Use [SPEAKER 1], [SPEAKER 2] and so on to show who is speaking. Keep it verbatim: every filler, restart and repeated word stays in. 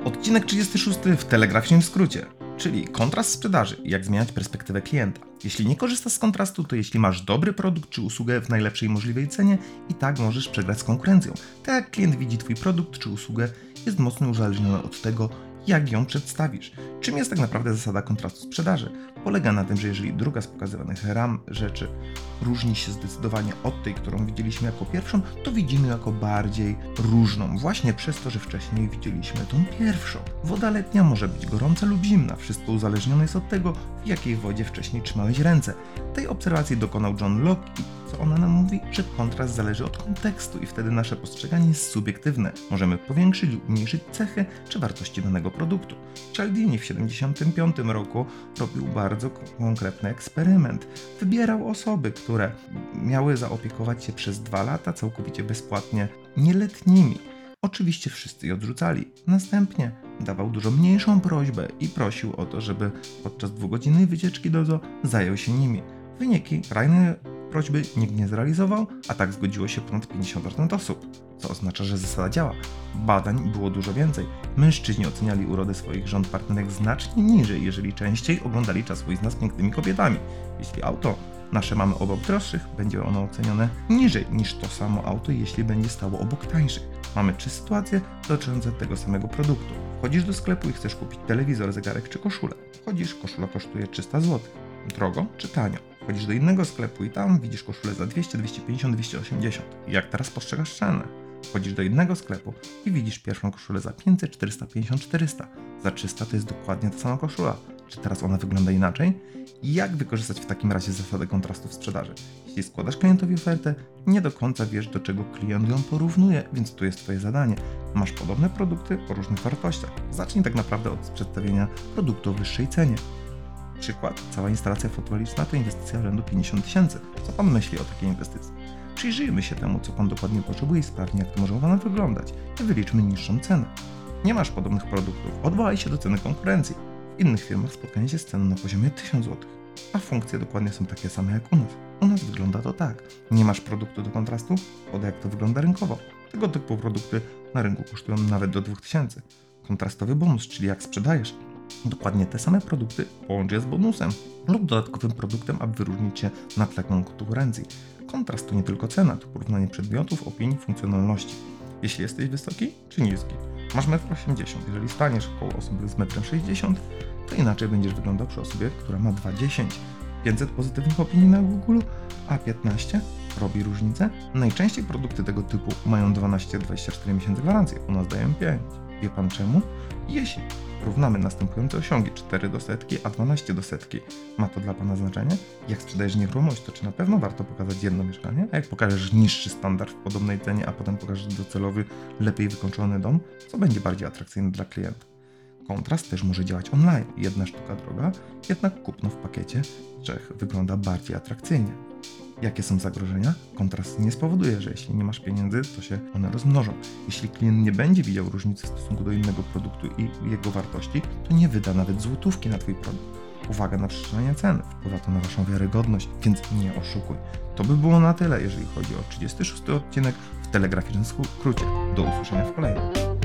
[SPEAKER 1] Odcinek trzydziesty szósty w telegraficznym skrócie, czyli kontrast sprzedaży i jak zmieniać perspektywę klienta. Jeśli nie korzystasz z kontrastu, to jeśli masz dobry produkt czy usługę w najlepszej możliwej cenie, i tak możesz przegrać z konkurencją. Tak jak klient widzi Twój produkt czy usługę, jest mocno uzależniony od tego, jak ją przedstawisz. Czym jest tak naprawdę zasada kontrastu sprzedaży? Polega na tym, że jeżeli druga z pokazywanych ram rzeczy różni się zdecydowanie od tej, którą widzieliśmy jako pierwszą, to widzimy jako bardziej różną, właśnie przez to, że wcześniej widzieliśmy tą pierwszą. Woda letnia może być gorąca lub zimna, wszystko uzależnione jest od tego, w jakiej wodzie wcześniej trzymałeś ręce. Tej obserwacji dokonał John Locke i co ona nam mówi? Że kontrast zależy od kontekstu i wtedy nasze postrzeganie jest subiektywne. Możemy powiększyć lub umniejszyć cechy czy wartości danego produktu. Cialdini w siedemdziesiątym piątym roku robił bardzo konkretny eksperyment. Wybierał osoby, które miały zaopiekować się przez dwa lata całkowicie bezpłatnie nieletnimi. Oczywiście wszyscy je odrzucali. Następnie dawał dużo mniejszą prośbę i prosił o to, żeby podczas dwugodzinnej wycieczki do zoo zajął się nimi. Wyniki krajnej prośby nikt nie zrealizował, a tak zgodziło się ponad pięćdziesiąt procent osób, co oznacza, że zasada działa. Badań było dużo więcej. Mężczyźni oceniali urodę swoich żon partnerek znacznie niżej, jeżeli częściej oglądali czas ujazd z pięknymi kobietami. Jeśli auto nasze mamy obok droższych, będzie ono ocenione niżej niż to samo auto, jeśli będzie stało obok tańszych. Mamy trzy sytuacje dotyczące tego samego produktu. Wchodzisz do sklepu i chcesz kupić telewizor, zegarek czy koszulę. Wchodzisz, koszula kosztuje trzysta złotych. Drogo czy tanio? Wchodzisz do innego sklepu i tam widzisz koszulę za dwieście, dwieście pięćdziesiąt, dwieście osiemdziesiąt. Jak teraz postrzegasz cenę? Wchodzisz do innego sklepu i widzisz pierwszą koszulę za pięćset, czterysta pięćdziesiąt, czterysta. Za trzysta to jest dokładnie ta sama koszula. Czy teraz ona wygląda inaczej? Jak wykorzystać w takim razie zasadę kontrastu w sprzedaży? Jeśli składasz klientowi ofertę, nie do końca wiesz, do czego klient ją porównuje, więc tu jest Twoje zadanie. Masz podobne produkty o różnych wartościach. Zacznij tak naprawdę od przedstawienia produktu o wyższej cenie. Przykład, cała instalacja fotowoltaiczna to inwestycja rzędu pięćdziesiąt tysięcy. Co Pan myśli o takiej inwestycji? Przyjrzyjmy się temu, co Pan dokładnie potrzebuje i sprawnie, jak to może ona wyglądać. I wyliczmy niższą cenę. Nie masz podobnych produktów, odwołaj się do ceny konkurencji. W innych firmach spotkanie się z ceną na poziomie tysiąc złotych, a funkcje dokładnie są takie same jak u nas. U nas wygląda to tak. Nie masz produktu do kontrastu? Podaj, jak to wygląda rynkowo. Tego typu produkty na rynku kosztują nawet do dwóch tysięcy. Kontrastowy bonus, czyli jak sprzedajesz dokładnie te same produkty, połącz je z bonusem lub dodatkowym produktem, aby wyróżnić się na tle konkurencji. Kontrast to nie tylko cena, to porównanie przedmiotów, opinii, funkcjonalności. Jeśli jesteś wysoki czy niski, masz metr osiemdziesiąt, jeżeli staniesz koło osoby z metrem sześćdziesiąt, to inaczej będziesz wyglądał przy osobie, która ma dwa dziesięć. pięćset pozytywnych opinii na Google, a piętnaście robi różnicę. Najczęściej produkty tego typu mają dwanaście do dwudziestu czterech miesięcy gwarancji, u nas dają pięć. Wie Pan czemu? Jeśli porównamy następujące osiągi, cztery do setki, a dwanaście do setki, ma to dla Pana znaczenie? Jak sprzedajesz nieruchomość, to czy na pewno warto pokazać jedno mieszkanie? A jak pokażesz niższy standard w podobnej cenie, a potem pokażesz docelowy, lepiej wykończony dom, co będzie bardziej atrakcyjne dla klienta? Kontrast też może działać online. Jedna sztuka droga, jednak kupno w pakiecie Czech wygląda bardziej atrakcyjnie. Jakie są zagrożenia? Kontrast nie spowoduje, że jeśli nie masz pieniędzy, to się one rozmnożą. Jeśli klient nie będzie widział różnicy w stosunku do innego produktu i jego wartości, to nie wyda nawet złotówki na Twój produkt. Uwaga na przestrzelenie ceny, wpływa to na Waszą wiarygodność, więc nie oszukuj. To by było na tyle, jeżeli chodzi o trzydziesty szósty odcinek w telegraficznym skrócie. Do usłyszenia w kolejnym.